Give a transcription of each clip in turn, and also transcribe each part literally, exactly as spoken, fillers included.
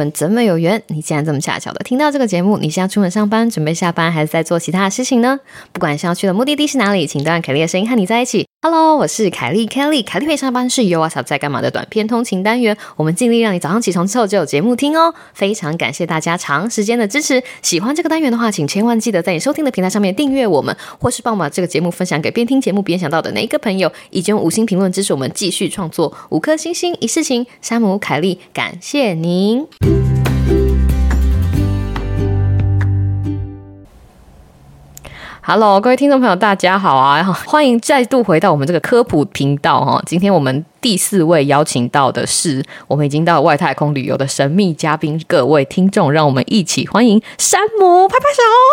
们怎么有缘？你竟然这么恰巧的听到这个节目，你是要出门上班，准备下班，还是在做其他的事情呢？不管是要去的目的地是哪里，请都让凯莉的声音和你在一起。Hello， 我是凯莉 Kelly， 凯莉陪上班是 Yo What's Up 在干嘛的短片通勤单元，我们尽力让你早上起床之后就有节目听哦。非常感谢大家长时间的支持，喜欢这个单元的话，请千万记得在你收听的平台上面订阅我们，或是帮我把这个节目分享给边听节目边想到的哪一个朋友，以及用五星评论支持我们继续创作，五颗星星一世情。山姆凯莉，感谢您。Hello， 各位听众朋友，大家好啊！欢迎再度回到我们这个科普频道哈。今天我们第四位邀请到的是我们已经到外太空旅游的神秘嘉宾，各位听众，让我们一起欢迎山姆，拍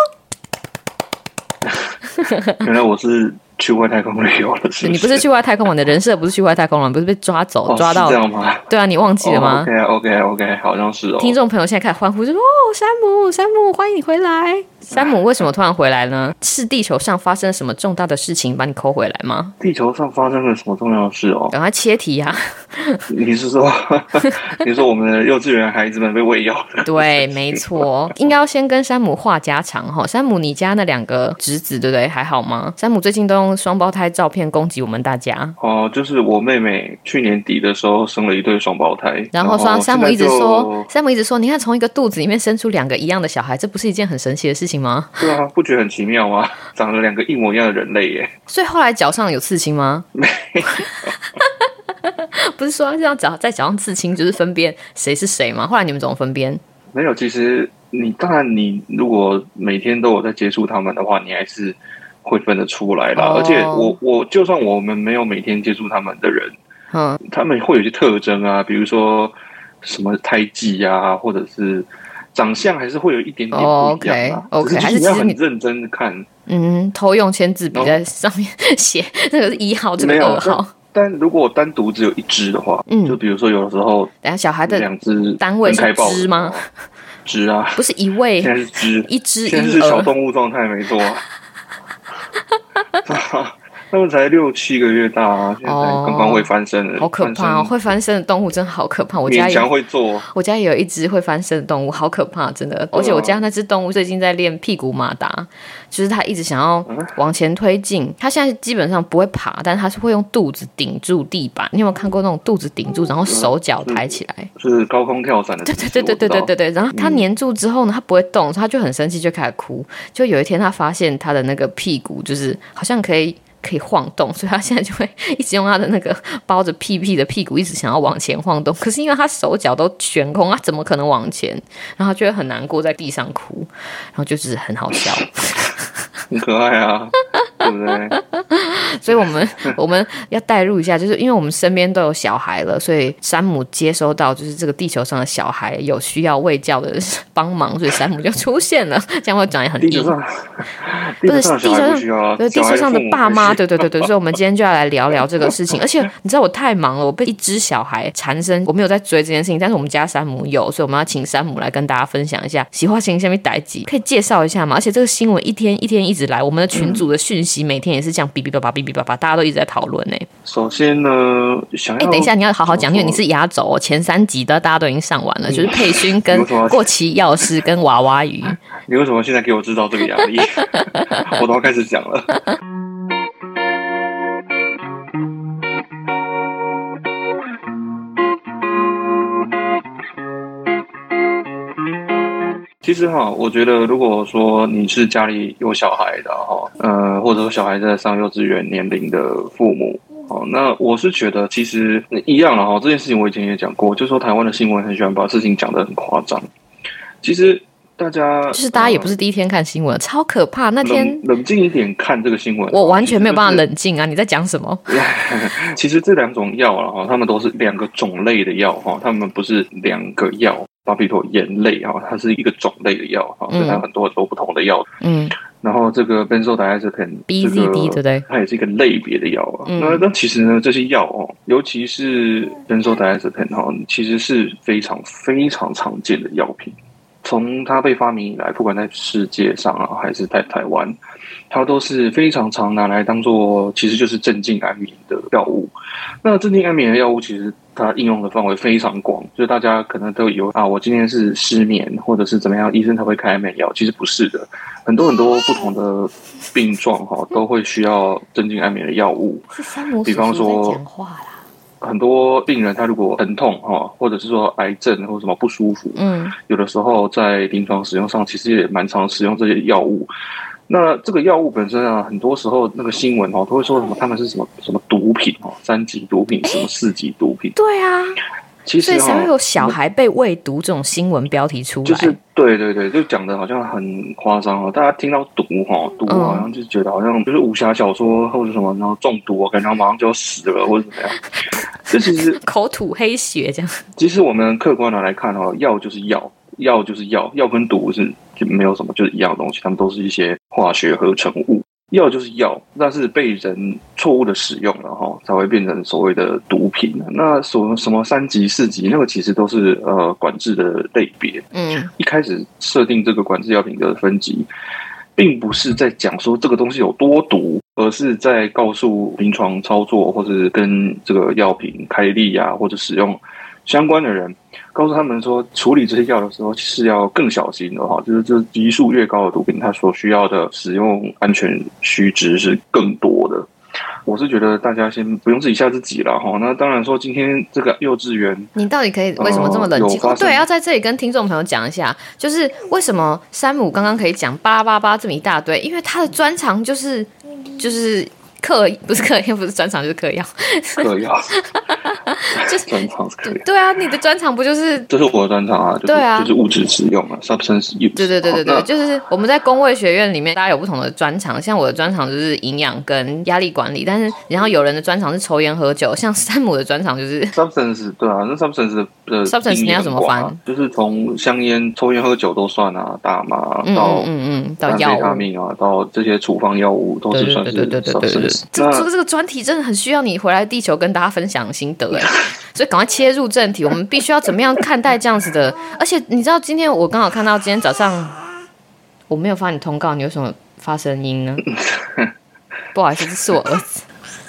拍手。 原来我是去外太空旅游了，是不是？ 你不是去外太空玩的人设，不是去外太空了，你不是被抓走、 哦、 抓到？ 是这样吗？ 对啊，你忘记了吗、 哦、？OK OK OK， 好像是哦。 听众朋友现在开始欢呼，就说：“哦，山姆，山姆，欢迎你回来！”山姆为什么突然回来呢？是地球上发生了什么重大的事情把你扣回来吗？ 地球上发生了什么重要的事哦？ 赶快切题啊！ 你是说，你说我们的幼稚园孩子们被喂药了？ 对，没错，应该要先跟山姆话家常哈。山姆，你家那两个侄子对不对？还好吗？山姆最近都用双胞胎照片攻击我们大家。 哦，就是我妹妹去年底的时候生了一对双胞胎， 然后说山姆一直说，山姆一直说，你看从一个肚子里面生出两个一样的小孩，这不是一件很神奇的事情吗？ 对啊，不觉得很奇妙吗？长了两个一模一样的人类耶。 所以后来脚上有刺青吗？ 没有。 不是说要脚在脚上刺青就是分辨谁是谁吗？后来你们怎么分辨？ 没有，其实你当然你如果每天都有在接触他们的话，你还是会分得出来啦。哦、而且我我就算我们没有每天接触他们的人，嗯，他们会有些特征啊，比如说什么胎记啊，或者是长相还是会有一点点不一样啊。 哦、OK OK， 还是你要很认真看。 嗯，偷用签字笔在上面写，那个是一号，这个二号。 但如果单独只有一只的话，嗯，就比如说有的时候， 等下小孩的两只单位是只吗？ 只啊， 不是一位， 现在是只， 一只， 现在是小动物状态，没错。他们才六七个月大啊，现在刚刚会翻身了、哦， 好可怕哦！会翻身的动物真的好可怕。我家勉强会做， 我家也有一只会翻身的动物，好可怕，真的。而且我家那只动物最近在练屁股马达，就是它一直想要往前推进。它现在基本上不会爬，但是它是会用肚子顶住地板。你有没有看过那种肚子顶住，然后手脚抬起来？ 是, 是高空跳伞的。 对对对对对对对对。然后它黏住之后呢，它不会动，它就很生气，就开始哭。就有一天，它发现它的那个屁股就是好像可以。可以晃动，所以他现在就会一直用他的那个包着屁屁的屁股一直想要往前晃动，可是因为他手脚都悬空，他怎么可能往前？然后他就会很难过，在地上哭，然后就是很好笑， 很可爱啊，对不对？ 所以我们我们要带入一下，就是因为我们身边都有小孩了，所以山姆接收到就是这个地球上的小孩有需要卫教的帮忙，所以山姆就出现了，这样会讲也很硬。 地球上，地球上小孩不需要啊， 对地球上的爸妈。对对对对，所以我们今天就要来聊聊这个事情。而且你知道我太忙了，我被一只小孩缠身，我没有在追这件事情，但是我们家山姆有，所以我们要请山姆来跟大家分享一下喜欢情下面代志，可以介绍一下吗？而且这个新闻一天一天一直来，我们的群组的讯息每天也是这样哔哔叭叭哔哔叭叭，大家都一直在讨论呢。 首先呢，想要哎，等一下你要好好讲，因为你是压轴，前三集的大家都已经上完了，就是佩勋跟过期药师跟娃娃鱼。 你为什么现在给我制造这个压力？我都要开始讲了。其实哈，我觉得如果说你是家里有小孩的哈，呃，或者说小孩在上幼稚园年龄的父母，哦，那我是觉得其实一样了哈。这件事情我以前也讲过，就是说台湾的新闻很喜欢把事情讲得很夸张。其实大家就是大家也不是第一天看新闻，呃、超可怕。那天冷, 冷静一点看这个新闻， 我完全没有办法冷静啊！你在讲什么？ 其实这两种药了哈，它们都是两个种类的药哈，它们不是两个药。巴比妥盐类哈，它是一个种类的药哈，所以它有很多很多不同的药。嗯，然后这个 benzodiazepine， 这个 B Z D 对不对？ 它也是一个类别的药啊。嗯、那那其实呢，这些药哦，尤其是 benzodiazepine 哈，其实是非常非常常见的药品。从它被发明以来，不管在世界上啊，还是在台湾，它都是非常常拿来当做，其实就是镇静安眠的药物。 那镇静安眠的药物其实它应用的范围非常广，就是大家可能都有啊，我今天是失眠或者是怎么样，医生才会开安眠药。其实不是的，很多很多不同的病状哈，都会需要镇静安眠的药物。 是山姆比方说讲话啦。 很多病人他如果疼痛哈，或者是说癌症或什么不舒服，嗯，有的时候在临床使用上其实也蛮常使用这些药物。那这个药物本身啊，很多时候那个新闻哦，都会说什么他们是什么什么毒品哦，三级毒品，什么四级毒品。 对啊， 其实、哦、 所以才会有小孩被喂毒这种新闻标题出来。 就是对对对，就讲的好像很夸张哦。大家听到毒哈，毒好像就觉得好像就是武侠小说或者什么，然后中毒，感觉马上就要死了或者怎么样。这其实口吐黑血这样。 其实我们客观的来看哦，药就是药。药就是药，药跟毒是就没有什么，就是一样的东西，它们都是一些化学合成物。药就是药，但是被人错误的使用了哈，才会变成所谓的毒品。那所什么三级、四级，那个其实都是呃管制的类别。嗯，一开始设定这个管制药品的分级，并不是在讲说这个东西有多毒，而是在告诉临床操作或者跟这个药品开立啊或者使用相关的人，告诉他们说，处理这些药的时候是要更小心的哈，就是这级数越高的毒品，它所需要的使用安全须知是更多的。我是觉得大家先不用自己吓自己了哈。那当然说，今天这个幼稚园， 你到底可以为什么这么冷静？哦，对，要在这里跟听众朋友讲一下，就是为什么山姆刚刚可以讲巴拉巴拉这么一大堆，因为他的专长就是就是。嗑不是嗑药，不是专长就是嗑药， 嗑药， 就是专长是嗑药。 对啊，你的专长不就是？ 这是我的专长啊，就是、对啊，就是物质使用啊 ，substance use。 对对对对对，就是我们在公卫学院里面，大家有不同的专长，像我的专长就是营养跟压力管理，但是然后有人的专长是抽烟喝酒，像山姆的专长就是 substance。对啊，那 substance 的 substance 你要怎么翻？ 就是从香烟、抽烟、喝酒都算啊，大麻到嗯嗯到药物命啊，到这些处方药物都是算是 substance。 这个这个专题真的很需要你回来地球跟大家分享心得哎，所以赶快切入正题，我们必须要怎么样看待这样子的？而且你知道，今天我刚好看到今天早上我没有发你通告，你为什么发声音呢？不好意思，这是我儿子。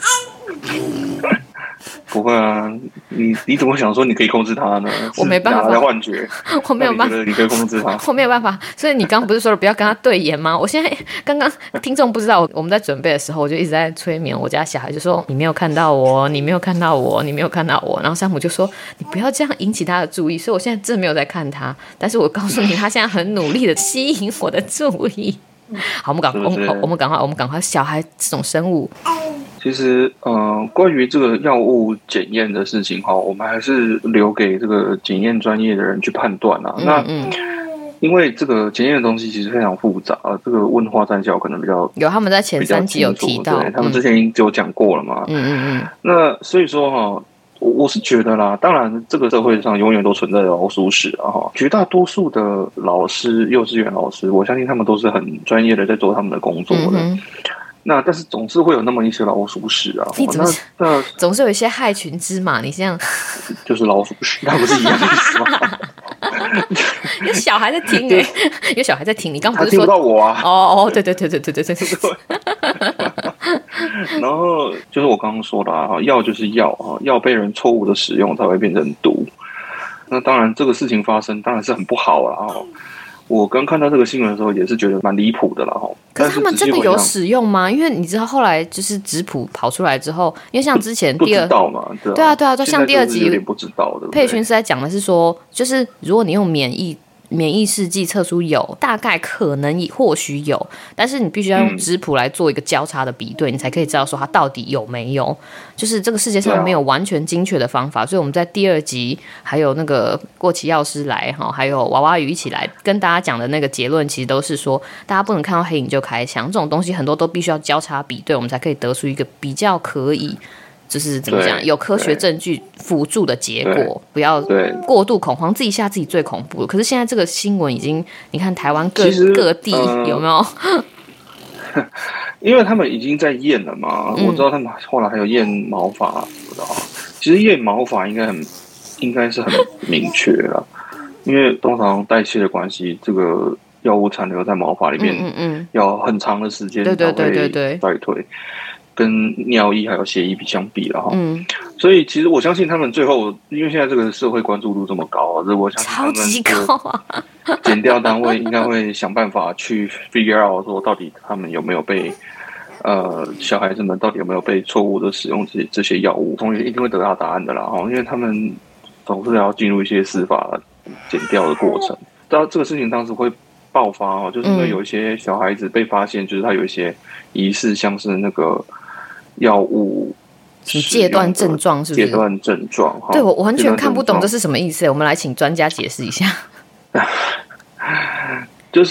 不会啊，你你怎么想说你可以控制他呢？ 我没办法， 的幻觉， 我没有办法， 你可以控制他， 我没有办法。所以你刚刚不是说了不要跟他对眼吗？我现在刚刚听众不知道，我们在准备的时候，我就一直在催眠我家小孩，就说你没有看到我，你没有看到我，你没有看到我。然后山姆就说你不要这样引起他的注意。所以我现在真的没有在看他，但是我告诉你，他现在很努力的吸引我的注意。好，我们赶快，我们我们赶快，我们赶快，小孩这种生物。 其实，呃，关于这个药物检验的事情哈，我们还是留给这个检验专业的人去判断啊。嗯、那嗯，因为这个检验的东西其实非常复杂，这个问话战校可能比较有他们在前三集有提到， 对，他们之前已经有讲过了嘛。嗯嗯嗯。那所以说哈，我我是觉得啦，当然这个社会上永远都存在老鼠屎啊哈。绝大多数的老师、幼稚园老师，我相信他们都是很专业的在做他们的工作的。嗯那但是总是会有那么一些老鼠屎啊， 你怎么那那总是有一些害群之马，你这样就是老鼠屎，那不是一样的意思吗？ 有小孩在听哎、欸，有小孩在听，你刚不是说他听不到我啊？ 哦哦，对对对对对对对对。 然后就是我刚刚说的啊，药就是药啊，药被人错误的使用才会变成毒。那当然这个事情发生当然是很不好啦啊。我刚看到这个新闻的时候，也是觉得蛮离谱的啦哈。 可是他们真的有使用吗？因为你知道后来就是质谱跑出来之后，因为像之前第二不知道嘛，对啊， 对啊，对啊，就像第二集有点不知道的。 佩勋是在讲的是说，就是如果你用免疫。免疫试剂测出有，大概可能或许有，但是你必须要用质谱来做一个交叉的比对，嗯、你才可以知道说它到底有没有。就是这个世界上没有完全精确的方法，啊、所以我们在第二集还有那个过期药师来哈，还有娃娃鱼一起来跟大家讲的那个结论，其实都是说大家不能看到黑影就开枪，这种东西很多都必须要交叉比对，我们才可以得出一个比较可以。就是怎么讲，有科学证据辅助的结果，不要过度恐慌，自己吓自己最恐怖了。可是现在这个新闻已经，你看台湾各各地、呃、有没有？ 因为他们已经在验了嘛，嗯、我知道他们后来还有验毛发，不知道。其实验毛发应该很，应该是很明确了，因为通常代谢的关系，这个药物残留在毛发里面，嗯嗯嗯要很长的时间才会衰退。 跟尿液还有血液比相比了哈。 嗯， 所以其实我相信他们最后，因为现在这个社会关注度这么高啊，我相信他们超级高啊， 检调单位应该会想办法去 figure out 说到底他们有没有被。呃，小孩子们到底有没有被错误的使用这些这些药物？同学一定会得到答案的啦，哈，因为他们总是要进入一些司法检调的过程。到这个事情当时会爆发哦，就是因为有一些小孩子被发现，就是他有一些疑似像是那个药物戒断症状，是不是？ 戒断症状， 对我完全看不懂这是什么意思。我们来请专家解释一下。 就是。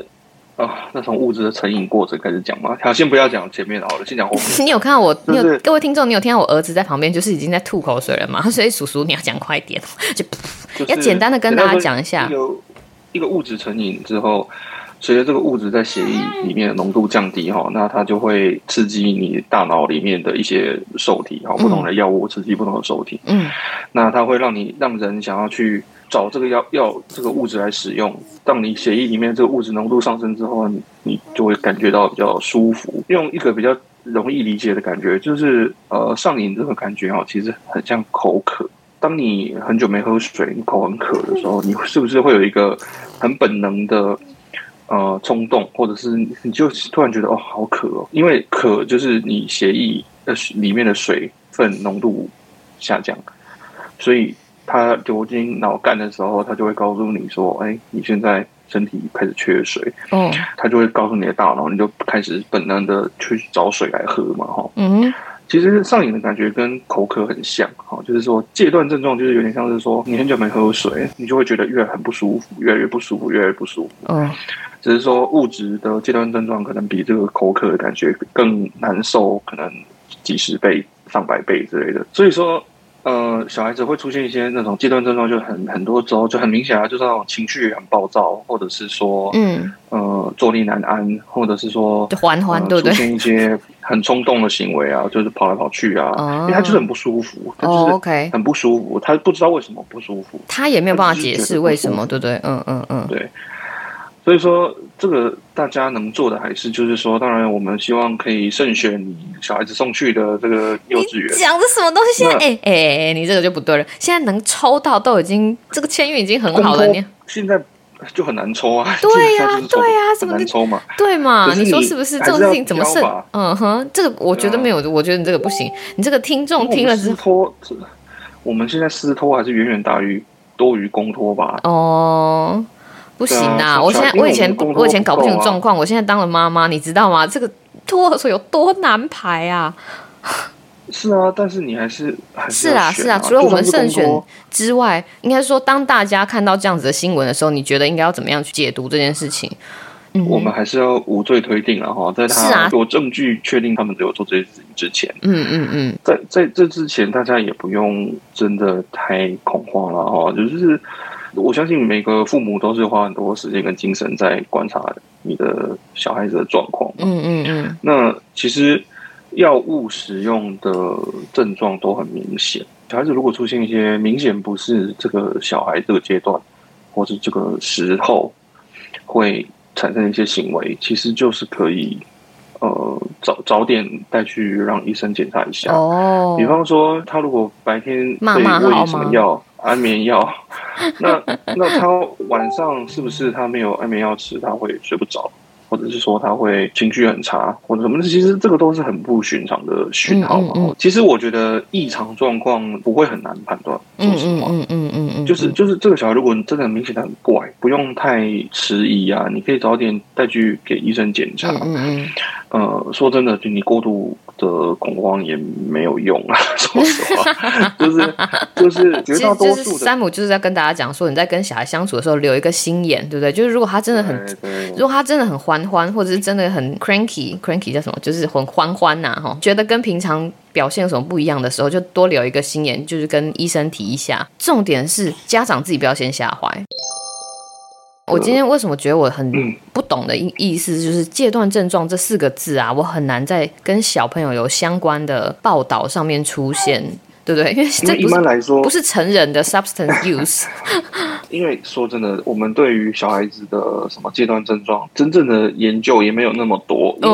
啊，那从物质的成瘾过程开始讲嘛。好，先不要讲前面好了，先讲后面。 你有看到我？你有、 就是、 各位听众，你有听到我儿子在旁边，就是已经在吐口水了吗？所以叔叔你要讲快点，就、就是、要简单的跟大家讲一下。 有一个物质成瘾之后，随着这个物质在血液里面的浓度降低哈，那它就会刺激你大脑里面的一些受体哈，不同的药物刺激不同的受体。嗯，那它会让你让人想要去。找这个药药这个物质来使用，当你血液里面这个物质浓度上升之后，你你就会感觉到比较舒服。用一个比较容易理解的感觉，就是呃上瘾这个感觉哈，其实很像口渴。当你很久没喝水，你口很渴的时候，你是不是会有一个很本能的呃冲动，或者是你就突然觉得哦好渴哦，因为渴就是你血液的里面的水分浓度下降，所以。他酒精脑干的时候，他就会告诉你说：“哎，你现在身体开始缺水。”哦，他就会告诉你的大脑，你就开始本能的去找水来喝嘛，哈。嗯，其实上瘾的感觉跟口渴很像，哈，就是说戒断症状就是有点像是说你很久没喝水，你就会觉得越来很不舒服，越来越不舒服，越来越不舒服。嗯，只是说物质的戒断症状可能比这个口渴的感觉更难受，可能几十倍、上百倍之类的。所以说。呃，小孩子会出现一些那种戒断症状，就很很多时候就很明显啊，就是那种情绪很暴躁，或者是说，嗯，呃，坐立难安，或者是说， 缓缓、呃，对不对？ 出现一些很冲动的行为啊，就是跑来跑去啊，哦、因为他就是很不舒服，他就是很不舒服，他不知道为什么不舒服， 他也没有办法解释为什么，对不对？嗯嗯嗯， 对。所以说，这个大家能做的还是就是说，当然我们希望可以慎选你小孩子送去的这个幼稚园。 讲的什么东西？现在哎哎哎，你这个就不对了。现在能抽到都已经这个签运已经很好了，你现在就很难抽啊。 对呀、啊，对呀、啊， 很难抽嘛。 对嘛？你说是不是？这种事情怎么慎？嗯哼，这个我觉得没有，我觉得你这个不行。你这个听众听了之后， 我們現在私托還是遠遠大於多於公托吧？ 哦。不行啊！我現在我以前我, 我以前搞不清楚狀況，我現在當了媽媽，你知道嗎？這個托兒所有多難排啊！ 是啊，但是你還是還是是啊是啊，除了我們慎選之外，應該說當大家看到這樣子的新聞的時候，你覺得應該要怎麼樣去解讀這件事情？ 嗯、我們還是要無罪推定了哈，在他有證據確定他們只有做這些事情之前，嗯嗯嗯，在在這之前，大家也不用真的太恐慌了哈，就是。我相信每個父母都是花很多時間跟精神在觀察你的小孩子的狀況。嗯嗯嗯。那其實藥物使用的症狀都很明顯。小孩子如果出現一些明顯不是這個小孩這個階段，或是這個時候會產生一些行為，其實就是可以，呃，早早點帶去讓醫生檢查一下。哦。比方說，他如果白天被餵什麼藥？安眠藥，那那他晚上是不是他沒有安眠藥吃，他會睡不着，或者是說他會情緒很差，或者什麼？其實這個都是很不尋常的訊號嘛。嗯嗯嗯、其實我覺得異常狀況不會很難判斷，說實話，嗯嗯嗯嗯，就是就是這個小孩如果真的明顯的很怪，不用太遲疑啊，你可以早點帶去給醫生檢查。嗯嗯，呃，說真的，就你過度的恐慌也沒有用啊，說實話，就是就是絕大多數的。其實就是山姆就是在跟大家講說，你在跟小孩相處的時候留一個心眼，對不對？就是如果他真的很，如果他真的很歡歡，或者是真的很 cranky cranky 叫什麼，就是很歡歡吶，哈，覺得跟平常表現有什麼不一樣的時候，就多留一個心眼，就是跟醫生提一下。重點是家長自己不要先嚇壞。我今天為什麼覺得我很不懂的意思，就是戒斷症狀這四個字啊，我很難在跟小朋友有相關的報道上面出現，對不對？因為這不是，因為一般來說不是成人的 substance use。因為說真的，我們對於小孩子的什麼戒斷症狀，真正的研究也沒有那麼多，因為、哦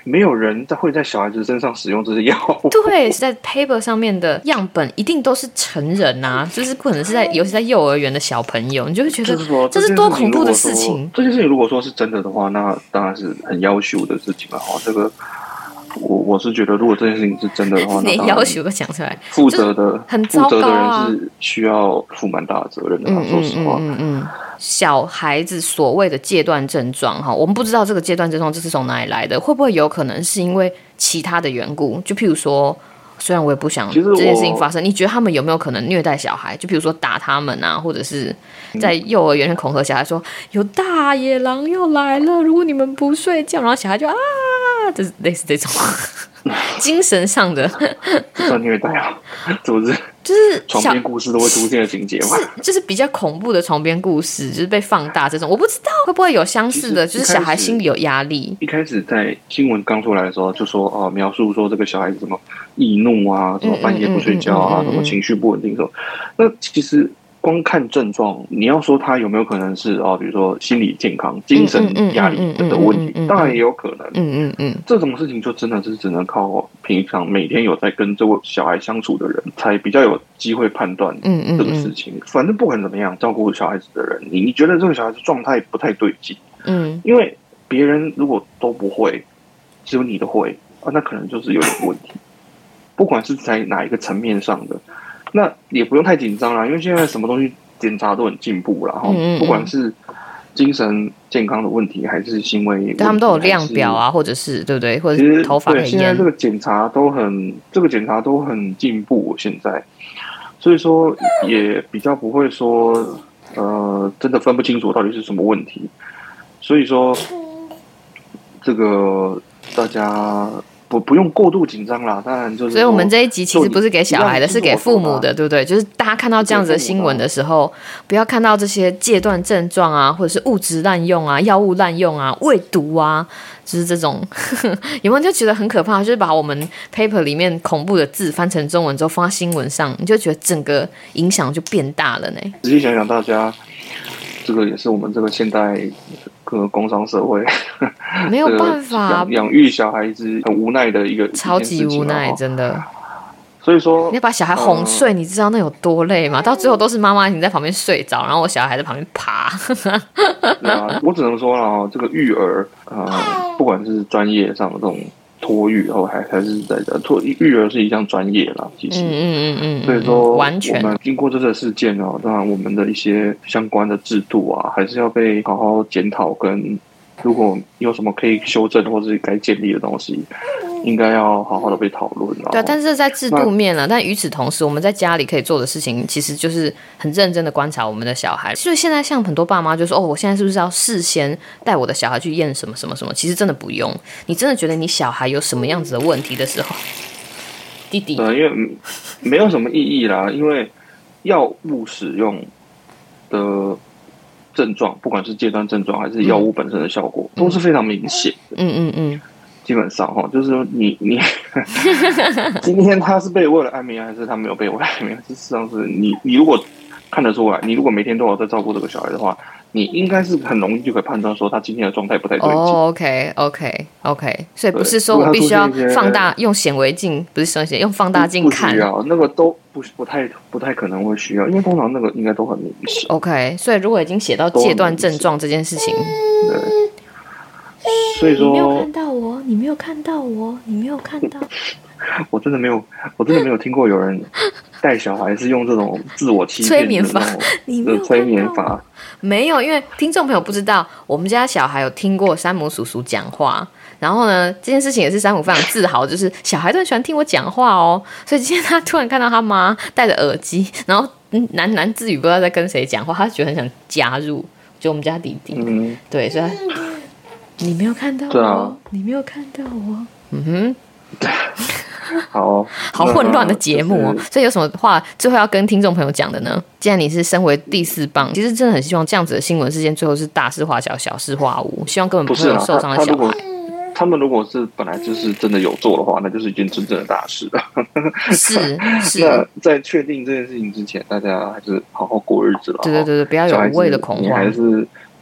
没有人在会在小孩子身上使用这些药物。 对，是在 paper 上面的样本一定都是成人啊，就是不可能是在，尤其在幼儿园的小朋友，你就会觉得这是多恐怖的事情。 这件事情如果说是真的的话，那当然是很要求的事情了哈。这个我我是觉得，如果这件事情是真的的话， 连要求都讲出来， 负责的很糟糕啊， 负责的人是需要负蛮大的责任的。嗯、说实话， 嗯嗯嗯。小孩子所谓的戒断症状哈，我们不知道这个戒断症状这是从哪里来的，会不会有可能是因为其他的缘故？就譬如说，虽然我也不想这件事情发生，你觉得他们有没有可能虐待小孩？就譬如说打他们啊，或者是在幼儿园恐吓小孩说、嗯、有大野狼要来了，如果你们不睡觉，然后小孩就啊，就是类似这种精神上的这算虐待啊？是不是？ 就是床边故事都会出现的情节嘛， 就是就是比较恐怖的床边故事，就是被放大这种，我不知道会不会有相似的，就是小孩心里有压力。 一开始在新闻刚出来的时候，就说哦、呃，描述说这个小孩子什么易怒啊，什么半夜不睡觉啊，嗯嗯嗯嗯嗯什么情绪不稳定什么，那其实。光看症状，你要说他有没有可能是哦，比如说心理健康、精神压力的问题，当然也有可能。嗯嗯嗯，这种事情就真的是只能靠平常每天有在跟这位小孩相处的人，才比较有机会判断这个事情。反正不管怎么样，照顾小孩子的人，你你觉得这个小孩子状态不太对劲，嗯，因为别人如果都不会，只有你的会啊，那可能就是有点问题。不管是在哪一个层面上的。那也不用太紧张啦，因为现在什么东西检查都很进步啦，嗯嗯嗯不管是精神健康的问题，还是行为问题， 他们都有量表啊，或者是对不对？或者是头发可以验。 对，现在这个检查都很，这个检查都很进步，现在，所以说也比较不会说，呃，真的分不清楚到底是什么问题。所以说，这个大家。不不用过度紧张啦，当然就是。 所以我们这一集其实不是给小孩的，是给父母的，对不对？就是大家看到这样子的新闻的时候，不要看到这些戒断症状啊，或者是物质滥用啊、药物滥用啊、喂毒啊，就是这种，呵呵有没有就觉得很可怕？就是把我们 paper 里面恐怖的字翻成中文之后放在新闻上，你就觉得整个影响就变大了呢。 仔细想想，大家这个也是我们这个现代。各个工商社会没有办法养育小孩子很无奈的一个超级无奈，真的。 所以说你要把小孩哄睡，呃、你知道那有多累吗？到最后都是妈妈你在旁边睡着，然后我小孩还在旁边爬。 对啊，我只能说了，这个育儿呃，不管是专业上的这种托育，然后还还是在托育儿是一项专业啦，其实，嗯嗯嗯嗯，所以说完全我们经过这个事件哦，当然我们的一些相关的制度啊，还是要被好好检讨，跟如果有什么可以修正或是该建立的东西。应该要好好的被讨论。 对，但是在制度面了，但与此同时，我们在家里可以做的事情，其实就是很认真的观察我们的小孩。所以现在像很多爸妈就说：“哦，我现在是不是要事先带我的小孩去验什么什么什么？”其实真的不用。你真的觉得你小孩有什么样子的问题的时候，弟弟， 对，因为没有什么意义啦，因为药物使用的症状，不管是戒断症状还是药物本身的效果，嗯、都是非常明显的。嗯嗯嗯。基本上哈，就是说你你今天他是被喂了安眠药，还是他没有被喂安眠药？事实上是你你如果看得出来，你如果每天都有在照顾这个小孩的话，你应该是很容易就可以判断说他今天的状态不太对劲。 哦 ，OK OK OK， 所以不是说我必须要放大用显微镜，不是显微镜，用放大镜看， 不需要，那个都不不太不太可能会需要，因为通常那个应该都很明显。 OK， 所以如果已经写到戒断症状这件事情， 对。所以说， 你没有看到我，你没有看到我，你没有看到。 我真的没有，我真的没有听过有人带小孩是用这种自我欺骗催眠法， 你没有催眠法没有，因为听众朋友不知道，我们家小孩有听过山姆叔叔讲话，然后呢，这件事情也是山姆非常自豪，就是小孩都很喜欢听我讲话哦，所以今天他突然看到他妈戴着耳机，然后喃喃自语，不知道在跟谁讲话，他觉得很想加入，就我们家弟弟，嗯，对，所以他。你没有看到我，啊、你没有看到我，嗯哼， 好， 好混乱的节目哦。就是、所以有什么话最后要跟听众朋友讲的呢？既然你是身为第四棒，其实真的很希望这样子的新闻事件最后是大事化小，小事化无，希望根本不会有受伤的小孩。 他们如果是本来就是真的有做的话，那就是一件真正的大事了。 是是。 那在确定这件事情之前，大家还是好好过日子了。 对对对对，不要有无谓的恐慌。 你还是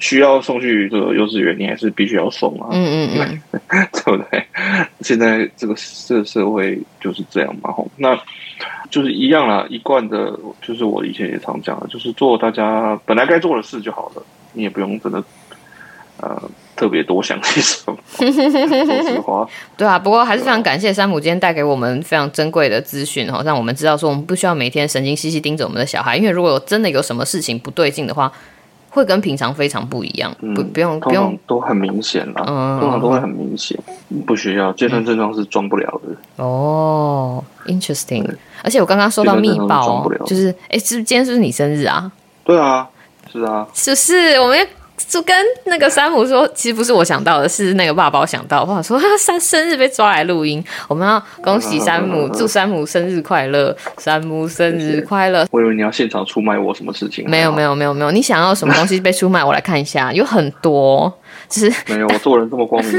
需要送去这个幼稚园，你还是必须要送啊。 嗯嗯嗯， 对不对？现在这个这个社会就是这样嘛，那就是一样啦，一贯的，就是我以前也常讲的，就是做大家本来该做的事就好了，你也不用真的呃特别多想些什么。说实话， 对啊，不过还是非常感谢山姆今天带给我们非常珍贵的资讯，让我们知道说我们不需要每天神经兮兮盯着我们的小孩，因为如果真的有什么事情不对劲的话。会跟平常非常不一样，嗯、不不用不用， 都很明显啦，嗯、通常都会很明显，不需要戒断症状是装不了的。 嗯、哦 ，interesting。而且我刚刚收到密报、哦，就是哎，是今天是不是你生日啊？ 对啊，是啊， 是不是？我们就跟那个山姆说，其实不是我想到的，是那个爸爸想到。我想说他生生日被抓来录音，我们要恭喜山姆，祝山姆生日快乐，山姆生日快乐。 我以为你要现场出卖我什么事情？ 没有没有没有没有，你想要什么东西被出卖？我来看一下，有很多。就是没有，我做人这么光明。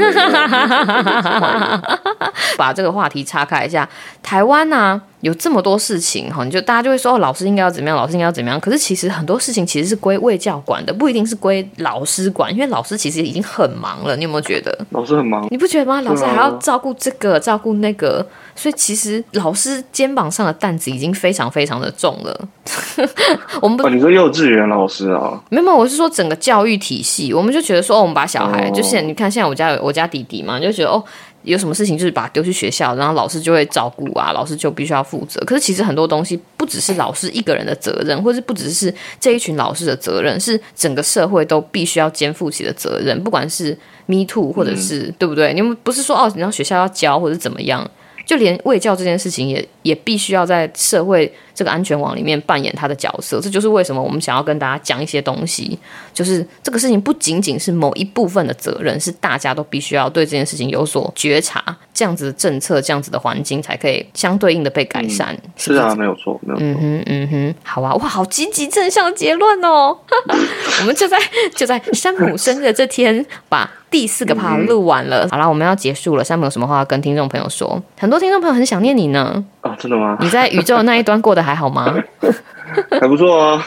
把这个话题岔开一下，台湾啊有这么多事情哈，你就大家就会说哦，老师应该要怎么样，老师应该要怎么样。可是其实很多事情其实是归卫教管的，不一定是归老师管，因为老师其实已经很忙了。你有没有觉得？ 老师很忙， 你不觉得吗？老师还要照顾这个，照顾那个，所以其实老师肩膀上的担子已经非常非常的重了。我们不、 哦，你说幼稚园老师啊？ 没有，我是说整个教育体系，我们就觉得说，哦、我们把小孩，哦、就现在你看，现在我家有我家弟弟嘛，就觉得哦。有什么事情就是把他丢去学校，然后老师就会照顾啊，老师就必须要负责。可是其实很多东西不只是老师一个人的责任，或是不只是这一群老师的责任，是整个社会都必须要肩负起的责任。不管是 Me Too 或者是、嗯、对不对？你们不是说哦，你让学校要教或者怎么样？就连卫教这件事情也也必须要在社会这个安全网里面扮演他的角色，这就是为什么我们想要跟大家讲一些东西，就是这个事情不仅仅是某一部分的责任，是大家都必须要对这件事情有所觉察，这样子的政策，这样子的环境才可以相对应的被改善。 嗯、是啊，没有错，没有错。 嗯哼，嗯哼，好啊，哇，好积极正向的结论哦！我们就在就在山姆生日的这天把第四个趴录完了，嗯、好啦，我们要结束了。山姆有什么话要跟听众朋友说？很多听众朋友很想念你呢。 啊，真的吗？ 你在宇宙的那一端过得还好吗？ 还不错啊。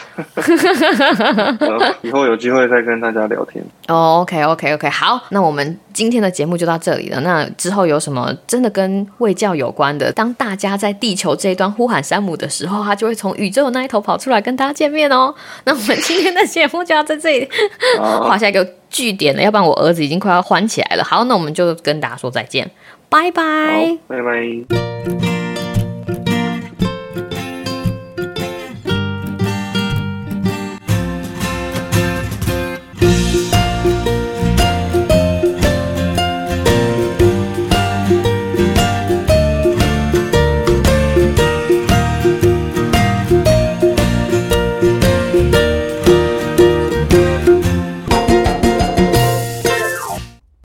以后有机会再跟大家聊天。 哦、oh, ，OK OK OK， 好，那我们今天的节目就到这里了。那之后有什么真的跟卫教有关的，当大家在地球这一端呼喊山姆的时候，他就会从宇宙的那一头跑出来跟大家见面哦。那我们今天的节目就要在这里画下一个句点了，要不然我儿子已经快要欢起来了。好，那我们就跟大家说再见，拜拜， 拜拜。